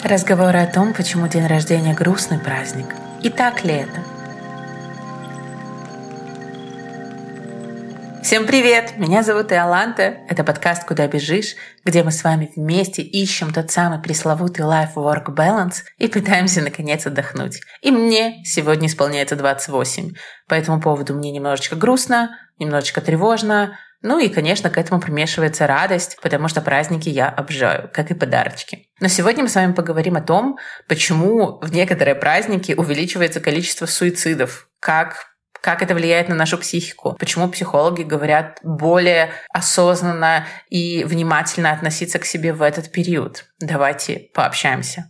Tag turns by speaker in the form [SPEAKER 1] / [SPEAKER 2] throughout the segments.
[SPEAKER 1] Разговоры о том, почему день рождения грустный праздник. И так ли это? Всем привет! Меня зовут Иоланта. Это подкаст «Куда бежишь?», где мы с вами вместе ищем тот самый пресловутый life-work balance и пытаемся наконец отдохнуть. И мне сегодня исполняется 28. По этому поводу мне немножечко грустно, немножечко тревожно. Ну и, конечно, к этому примешивается радость, потому что праздники я обожаю, как и подарочки. Но сегодня мы с вами поговорим о том, почему в некоторые праздники увеличивается количество суицидов, как это влияет на нашу психику, почему психологи говорят более осознанно и внимательно относиться к себе в этот период. Давайте пообщаемся.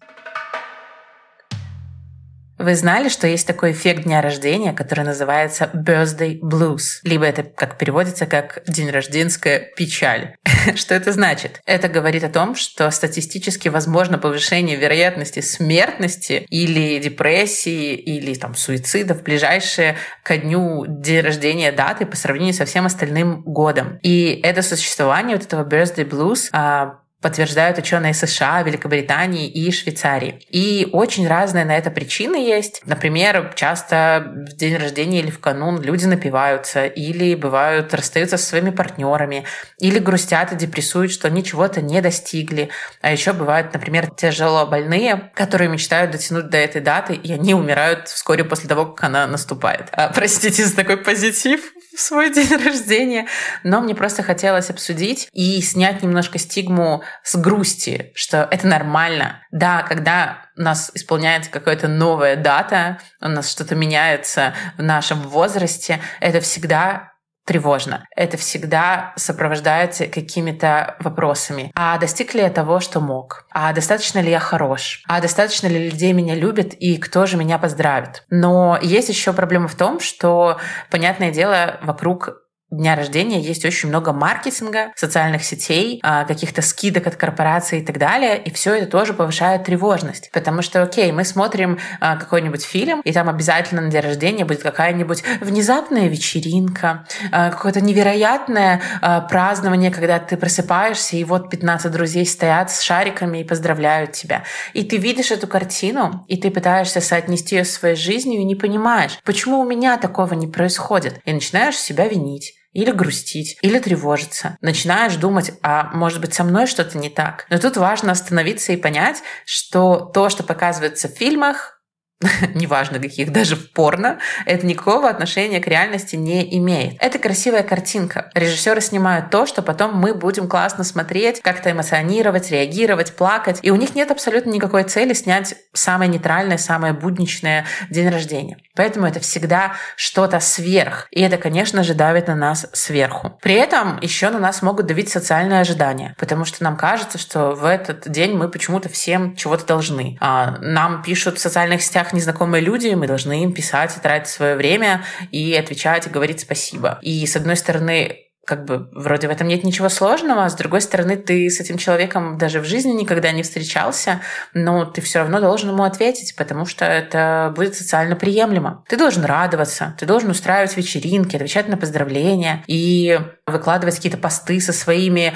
[SPEAKER 1] Вы знали, что есть такой эффект дня рождения, который называется birthday blues? Либо это как переводится как день-рожденская печаль. Что это значит? Это говорит о том, что статистически возможно повышение вероятности смертности или депрессии, или суицида в ближайшие ко дню день рождения даты по сравнению со всем остальным годом. И это существование вот этого birthday blues подтверждают ученые США, Великобритании и Швейцарии. И очень разные на это причины есть. Например, часто в день рождения или в канун люди напиваются, или бывают расстаются со своими партнерами, или грустят и депрессуют, что они чего-то не достигли. А еще бывают, например, тяжелобольные, которые мечтают дотянуть до этой даты, и они умирают вскоре после того, как она наступает. Простите за такой позитив в свой день рождения, но мне просто хотелось обсудить и снять немножко стигму с грусти, что это нормально. Да, когда у нас исполняется какая-то новая дата, у нас что-то меняется в нашем возрасте, это всегда тревожно. Это всегда сопровождается какими-то вопросами. А достиг ли я того, что мог? А достаточно ли я хорош? А достаточно ли людей меня любят? И кто же меня поздравит? Но есть еще проблема в том, что, понятное дело, вокруг дня рождения есть очень много маркетинга, социальных сетей, каких-то скидок от корпораций и так далее, и все это тоже повышает тревожность. Потому что, окей, мы смотрим какой-нибудь фильм, и там обязательно на день рождения будет какая-нибудь внезапная вечеринка, какое-то невероятное празднование, когда ты просыпаешься, и вот 15 друзей стоят с шариками и поздравляют тебя. И ты видишь эту картину, и ты пытаешься соотнести ее со своей жизнью и не понимаешь, почему у меня такого не происходит. И начинаешь себя винить. Или грустить, или тревожиться. Начинаешь думать, а может быть со мной что-то не так. Но тут важно остановиться и понять, что то, что показывается в фильмах, неважно каких, даже в порно, это никакого отношения к реальности не имеет. Это красивая картинка. Режиссеры снимают то, что потом мы будем классно смотреть, как-то эмоционировать, реагировать, плакать. И у них нет абсолютно никакой цели снять самое нейтральное, самое будничное день рождения. Поэтому это всегда что-то сверх. И это, конечно же, давит на нас сверху. При этом еще на нас могут давить социальные ожидания, потому что нам кажется, что в этот день мы почему-то всем чего-то должны. Нам пишут в социальных сетях незнакомые люди, мы должны им писать и тратить свое время и отвечать и говорить спасибо. И с одной стороны, вроде в этом нет ничего сложного, а с другой стороны, ты с этим человеком даже в жизни никогда не встречался, но ты все равно должен ему ответить, потому что это будет социально приемлемо. Ты должен радоваться, ты должен устраивать вечеринки, отвечать на поздравления и выкладывать какие-то посты со своими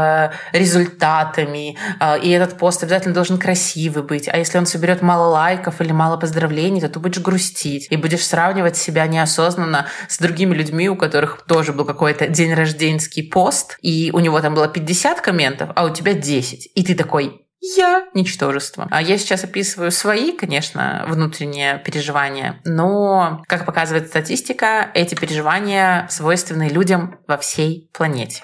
[SPEAKER 1] результатами. И этот пост обязательно должен красивый быть. А если он соберет мало лайков или мало поздравлений, то ты будешь грустить и будешь сравнивать себя неосознанно с другими людьми, у которых тоже был какой-то день рожденский пост, и у него там было 50 комментов, а у тебя 10. И ты такой: я ничтожество. А я сейчас описываю свои, конечно, внутренние переживания, но, как показывает статистика, эти переживания свойственны людям во всей планете.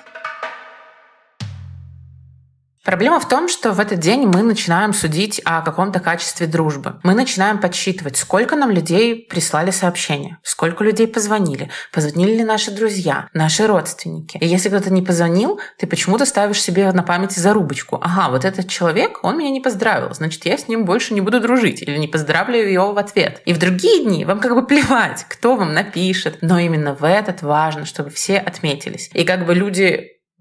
[SPEAKER 1] Проблема в том, что в этот день мы начинаем судить о каком-то качестве дружбы. Мы начинаем подсчитывать, сколько нам людей прислали сообщения, сколько людей позвонили ли наши друзья, наши родственники. И если кто-то не позвонил, ты почему-то ставишь себе на памяти зарубочку. Ага, вот этот человек, он меня не поздравил, значит, я с ним больше не буду дружить или не поздравлю его в ответ. И в другие дни вам плевать, кто вам напишет, но именно в этот важно, чтобы все отметились. И люди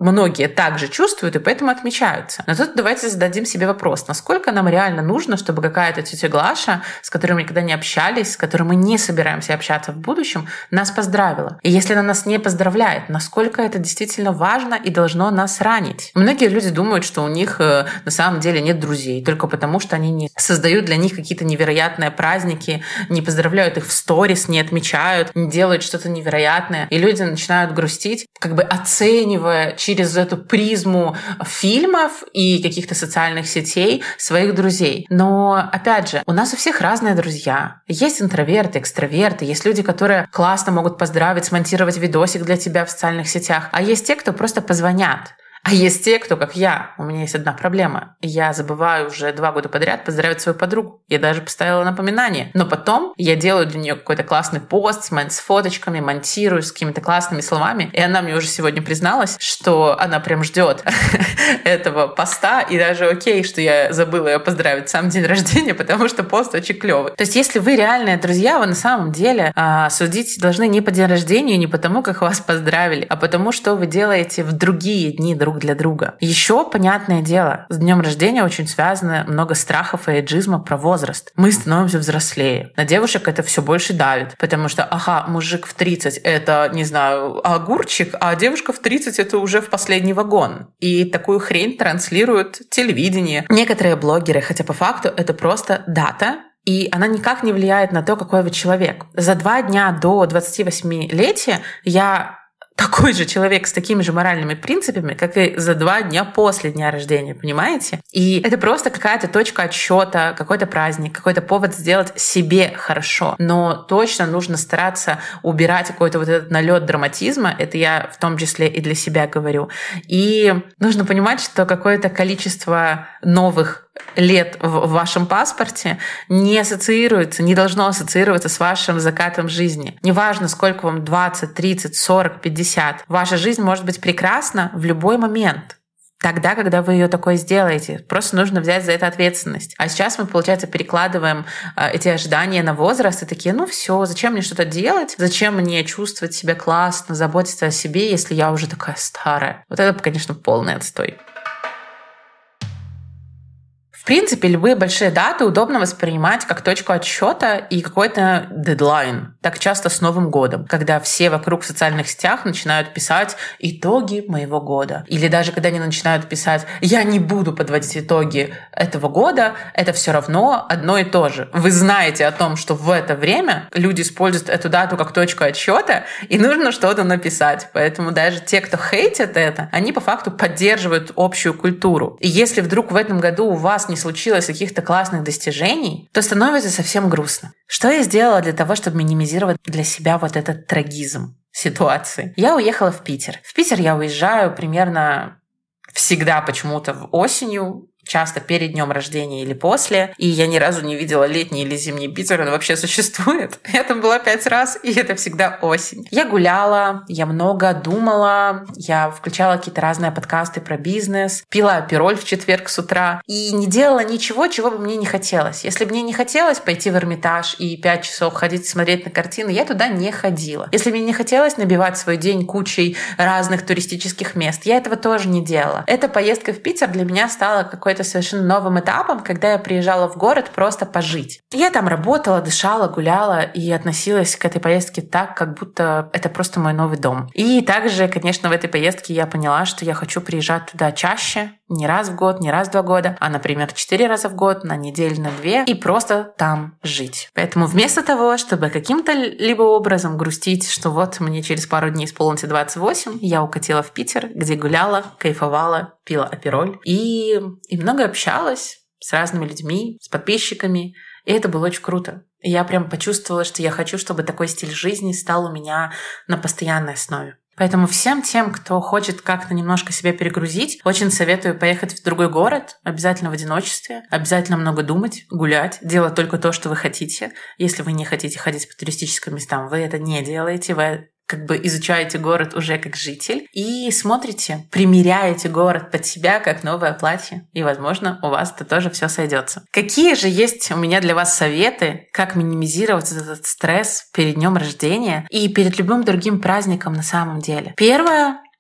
[SPEAKER 1] многие также чувствуют и поэтому отмечаются. Но тут давайте зададим себе вопрос, насколько нам реально нужно, чтобы какая-то тетя Глаша, с которой мы никогда не общались, с которой мы не собираемся общаться в будущем, нас поздравила. И если она нас не поздравляет, насколько это действительно важно и должно нас ранить? Многие люди думают, что у них на самом деле нет друзей, только потому, что они не создают для них какие-то невероятные праздники, не поздравляют их в сторис, не отмечают, не делают что-то невероятное. И люди начинают грустить, как бы оценивая через эту призму фильмов и каких-то социальных сетей своих друзей. Но, опять же, у нас у всех разные друзья. Есть интроверты, экстраверты, есть люди, которые классно могут поздравить, смонтировать видосик для тебя в социальных сетях, а есть те, кто просто позвонят. А есть те, кто, как я, у меня есть одна проблема. Я забываю уже 2 года подряд поздравить свою подругу. Я даже поставила напоминание. Но потом я делаю для нее какой-то классный пост с фоточками, монтирую с какими-то классными словами. И она мне уже сегодня призналась, что она прям ждет этого поста. И даже окей, что я забыла ее поздравить в сам день рождения, потому что пост очень клевый. То есть если вы реальные друзья, вы на самом деле судить должны не по день рождения, не потому, как вас поздравили, а потому, что вы делаете в другие дни друг для друга. Еще, понятное дело, с днем рождения очень связано много страхов и эйджизма про возраст. Мы становимся взрослее. На девушек это все больше давит, потому что, мужик в 30 это, не знаю, огурчик, а девушка в 30 это уже в последний вагон. И такую хрень транслируют телевидение. Некоторые блогеры, хотя по факту это просто дата, и она никак не влияет на то, какой вы человек. За 2 дня до 28-летия я такой же человек с такими же моральными принципами, как и за 2 дня после дня рождения, понимаете? И это просто какая-то точка отсчета, какой-то праздник, какой-то повод сделать себе хорошо. Но точно нужно стараться убирать какой-то вот этот налет драматизма. Это я в том числе и для себя говорю. И нужно понимать, что какое-то количество новых лет в вашем паспорте не ассоциируется, не должно ассоциироваться с вашим закатом жизни. Неважно, сколько вам 20, 30, 40, 50. Ваша жизнь может быть прекрасна в любой момент. Тогда, когда вы ее такой сделаете. Просто нужно взять за это ответственность. А сейчас мы, получается, перекладываем эти ожидания на возраст и такие, все, зачем мне что-то делать? Зачем мне чувствовать себя классно, заботиться о себе, если я уже такая старая? Вот это, конечно, полный отстой. В принципе, любые большие даты удобно воспринимать как точку отсчета и какой-то дедлайн. Так часто с Новым годом, когда все вокруг в социальных сетях начинают писать итоги моего года. Или даже когда они начинают писать «я не буду подводить итоги этого года», это все равно одно и то же. Вы знаете о том, что в это время люди используют эту дату как точку отсчета, и нужно что-то написать. Поэтому даже те, кто хейтят это, они по факту поддерживают общую культуру. И если вдруг в этом году у вас не случилось каких-то классных достижений, то становится совсем грустно. Что я сделала для того, чтобы минимизировать для себя вот этот трагизм ситуации? Я уехала в Питер. В Питер я уезжаю примерно всегда почему-то осенью, часто перед днем рождения или после. И я ни разу не видела летний или зимний Питер, он вообще существует. Это было 5 раз, и это всегда осень. Я гуляла, я много думала, я включала какие-то разные подкасты про бизнес, пила апероль в четверг с утра и не делала ничего, чего бы мне не хотелось. Если бы мне не хотелось пойти в Эрмитаж и 5 часов ходить смотреть на картины, я туда не ходила. Если мне не хотелось набивать свой день кучей разных туристических мест, я этого тоже не делала. Эта поездка в Питер для меня стала какой-то совершенно новым этапом, когда я приезжала в город просто пожить. Я там работала, дышала, гуляла и относилась к этой поездке так, как будто это просто мой новый дом. И также, конечно, в этой поездке я поняла, что я хочу приезжать туда чаще, не раз в год, не раз в 2 года, а, например, 4 раза в год, на неделю, на 2, и просто там жить. Поэтому вместо того, чтобы каким-то либо образом грустить, что вот мне через пару дней исполнится 28, я укатила в Питер, где гуляла, кайфовала, пила апероль и много общалась с разными людьми, с подписчиками, и это было очень круто. И я прям почувствовала, что я хочу, чтобы такой стиль жизни стал у меня на постоянной основе. Поэтому всем тем, кто хочет как-то немножко себя перегрузить, очень советую поехать в другой город, обязательно в одиночестве, обязательно много думать, гулять, делать только то, что вы хотите. Если вы не хотите ходить по туристическим местам, вы это не делаете, вы как бы изучаете город уже как житель и смотрите, примеряете город под себя как новое платье. И, возможно, у вас это тоже все сойдется. Какие же есть у меня для вас советы, как минимизировать этот стресс перед днем рождения и перед любым другим праздником на самом деле? Первое.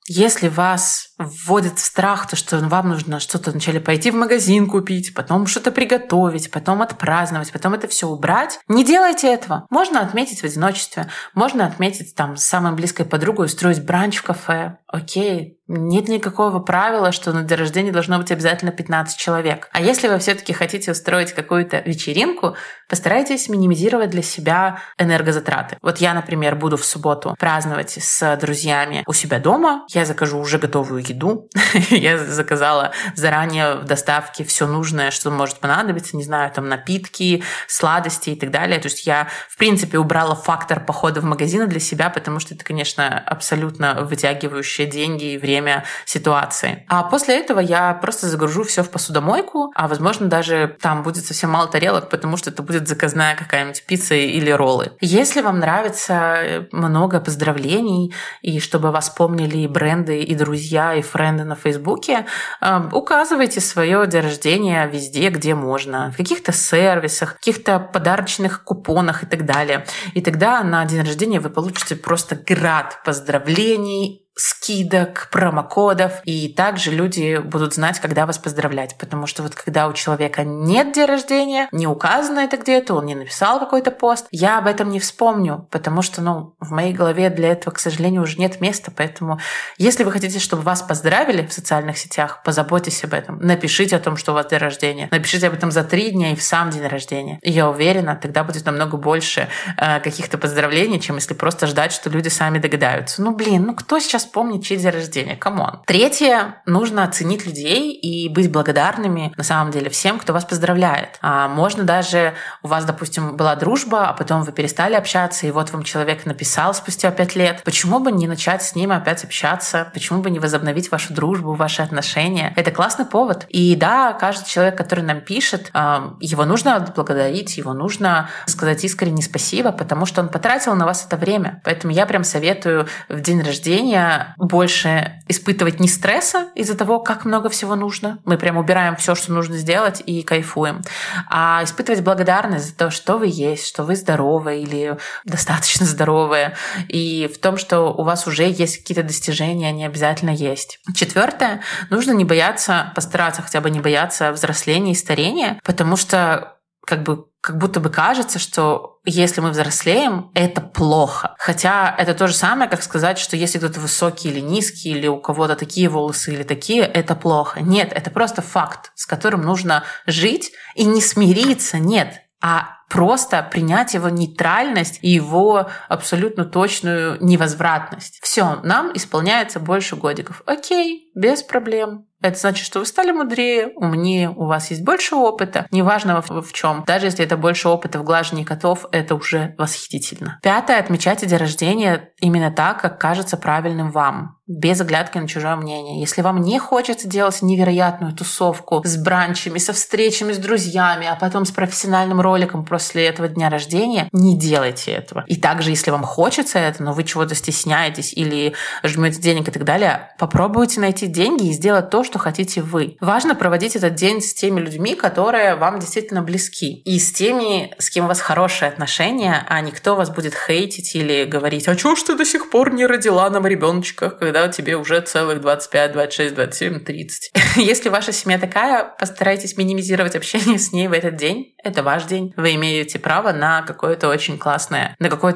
[SPEAKER 1] Если вас вводит в страх, то что вам нужно что-то вначале пойти в магазин купить, потом что-то приготовить, потом отпраздновать, потом это все убрать, не делайте этого. Можно отметить в одиночестве, можно отметить там с самой близкой подругой, устроить бранч в кафе. Окей, нет никакого правила, что на день рождения должно быть обязательно 15 человек. А если вы все-таки хотите устроить какую-то вечеринку, постарайтесь минимизировать для себя энергозатраты. Вот я, например, буду в субботу праздновать с друзьями у себя дома. Я закажу уже готовую еду. Я заказала заранее в доставке все нужное, что может понадобиться. Не знаю, там напитки, сладости и так далее. То есть я, в принципе, убрала фактор похода в магазины для себя, потому что это, конечно, абсолютно вытягивающее деньги и время ситуации. А после этого я просто загружу все в посудомойку, а возможно даже там будет совсем мало тарелок, потому что это будет заказная какая-нибудь пицца или роллы. Если вам нравится много поздравлений, и чтобы вас помнили и бренды, и друзья, и френды на Фейсбуке, указывайте свое день рождения везде, где можно. В каких-то сервисах, каких-то подарочных купонах и так далее. И тогда на день рождения вы получите просто град поздравлений, скидок, промокодов, и также люди будут знать, когда вас поздравлять, потому что вот когда у человека нет дня рождения, не указано это где-то, он не написал какой-то пост, я об этом не вспомню, потому что, в моей голове для этого, к сожалению, уже нет места, поэтому если вы хотите, чтобы вас поздравили в социальных сетях, позаботьтесь об этом, напишите о том, что у вас день рождения, напишите об этом за 3 дня и в сам день рождения, и я уверена, тогда будет намного больше каких-то поздравлений, чем если просто ждать, что люди сами догадаются. Кто сейчас помнить, чей день рождения. Камон. Третье. Нужно оценить людей и быть благодарными, на самом деле, всем, кто вас поздравляет. Можно даже, у вас, допустим, была дружба, а потом вы перестали общаться, и вот вам человек написал спустя 5 лет. Почему бы не начать с ним опять общаться? Почему бы не возобновить вашу дружбу, ваши отношения? Это классный повод. И да, каждый человек, который нам пишет, его нужно отблагодарить, его нужно сказать искренне спасибо, потому что он потратил на вас это время. Поэтому я прям советую в день рождения больше испытывать не стресса из-за того, как много всего нужно. Мы прям убираем все, что нужно сделать, и кайфуем. А испытывать благодарность за то, что вы есть, что вы здоровы или достаточно здоровые, и в том, что у вас уже есть какие-то достижения, они обязательно есть. Четвертое. Нужно не бояться, постараться хотя бы не бояться взросления и старения, потому что как будто бы кажется, что если мы взрослеем, это плохо. Хотя это то же самое, как сказать, что если кто-то высокий или низкий, или у кого-то такие волосы или такие, это плохо. Нет, это просто факт, с которым нужно жить и не смириться, нет, а просто принять его нейтральность и его абсолютно точную невозвратность. Все, нам исполняется больше годиков. Окей, без проблем. Это значит, что вы стали мудрее, умнее, у вас есть больше опыта, неважно в чем. Даже если это больше опыта в глажении котов, это уже восхитительно. Пятое. Отмечайте день рождения именно так, как кажется правильным вам, без оглядки на чужое мнение. Если вам не хочется делать невероятную тусовку с бранчами, со встречами с друзьями, а потом с профессиональным роликом после этого дня рождения, не делайте этого. И также, если вам хочется это, но вы чего-то стесняетесь или жмете денег и так далее, попробуйте найти деньги и сделать то, что хотите вы. Важно проводить этот день с теми людьми, которые вам действительно близки. И с теми, с кем у вас хорошие отношения, а не кто вас будет хейтить или говорить: «А чё ж ты до сих пор не родила нам ребеночка, когда тебе уже целых 25, 26, 27, 30». Если ваша семья такая, постарайтесь минимизировать общение с ней в этот день. Это ваш день. Вы имеете право на какой-то очень классный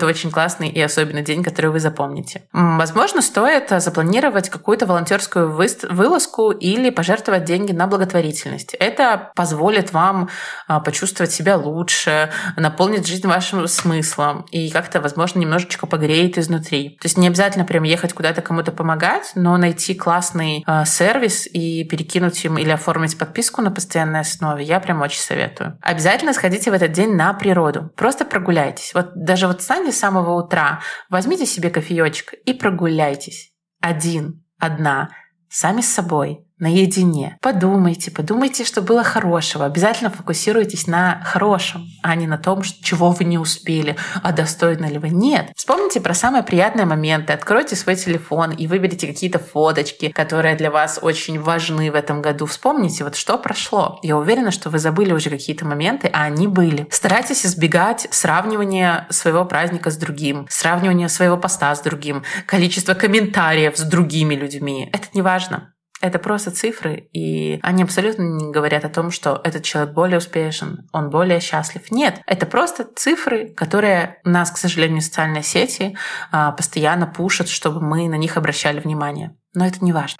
[SPEAKER 1] и особенный день, который вы запомните. Возможно, стоит запланировать какую-то волонтерскую вылазку или пожертвовать деньги на благотворительность. Это позволит вам почувствовать себя лучше, наполнить жизнь вашим смыслом и как-то, возможно, немножечко погреет изнутри. То есть не обязательно прям ехать куда-то кому-то помогать, но найти классный сервис и перекинуть им или оформить подписку на постоянной основе я прям очень советую. Обязательно сходите в этот день на природу. Просто прогуляйтесь. Даже встаньте с самого утра, возьмите себе кофеечек и прогуляйтесь. Одна, сами с собой. наедине. Подумайте, что было хорошего. Обязательно фокусируйтесь на хорошем, а не на том, чего вы не успели, а достойны ли вы. Нет. Вспомните про самые приятные моменты. Откройте свой телефон и выберите какие-то фоточки, которые для вас очень важны в этом году. Вспомните, вот что прошло. Я уверена, что вы забыли уже какие-то моменты, а они были. Старайтесь избегать сравнивания своего праздника с другим, сравнивания своего поста с другим, количество комментариев с другими людьми. Это не важно. Это просто цифры, и они абсолютно не говорят о том, что этот человек более успешен, он более счастлив. Нет, это просто цифры, которые нас, к сожалению, социальные сети постоянно пушат, чтобы мы на них обращали внимание. Но это не важно.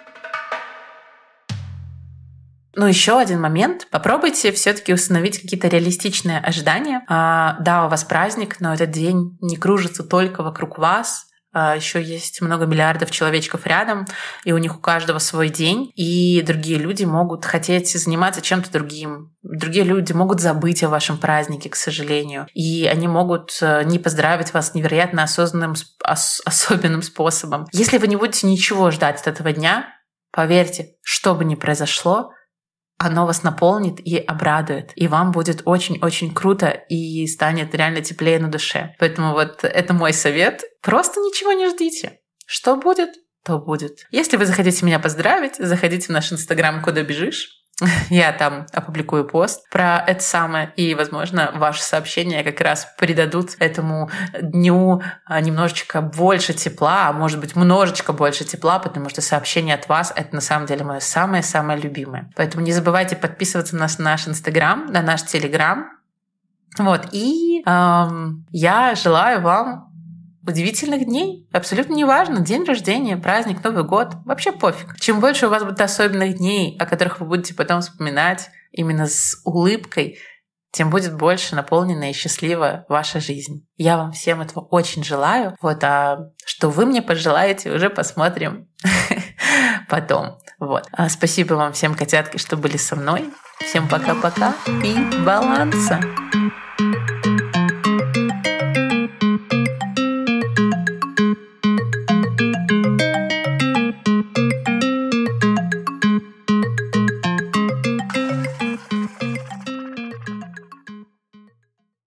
[SPEAKER 1] Ну, еще один момент. Попробуйте все-таки установить какие-то реалистичные ожидания. Да, у вас праздник, но этот день не кружится только вокруг вас. Еще есть много миллиардов человечков рядом, и у них у каждого свой день, и другие люди могут хотеть заниматься чем-то другим. Другие люди могут забыть о вашем празднике, к сожалению, и они могут не поздравить вас невероятно особенным способом. Если вы не будете ничего ждать от этого дня, поверьте, что бы ни произошло, оно вас наполнит и обрадует. И вам будет очень-очень круто и станет реально теплее на душе. Поэтому вот это мой совет. Просто ничего не ждите. Что будет, то будет. Если вы захотите меня поздравить, заходите в наш Инстаграм «Куда бежишь». Я там опубликую пост про это самое, и, возможно, ваши сообщения как раз придадут этому дню немножечко больше тепла, а может быть, немножечко больше тепла, потому что сообщение от вас — это на самом деле мое самое-самое любимое. Поэтому не забывайте подписываться на наш Инстаграм, на наш Телеграм. Вот, и я желаю вам удивительных дней. Абсолютно неважно, день рождения, праздник, Новый год. Вообще пофиг. Чем больше у вас будет особенных дней, о которых вы будете потом вспоминать именно с улыбкой, тем будет больше наполнена и счастлива ваша жизнь. Я вам всем этого очень желаю. Вот, а что вы мне пожелаете, уже посмотрим потом. Вот. Спасибо вам всем, котятки, что были со мной. Всем пока-пока и баланса!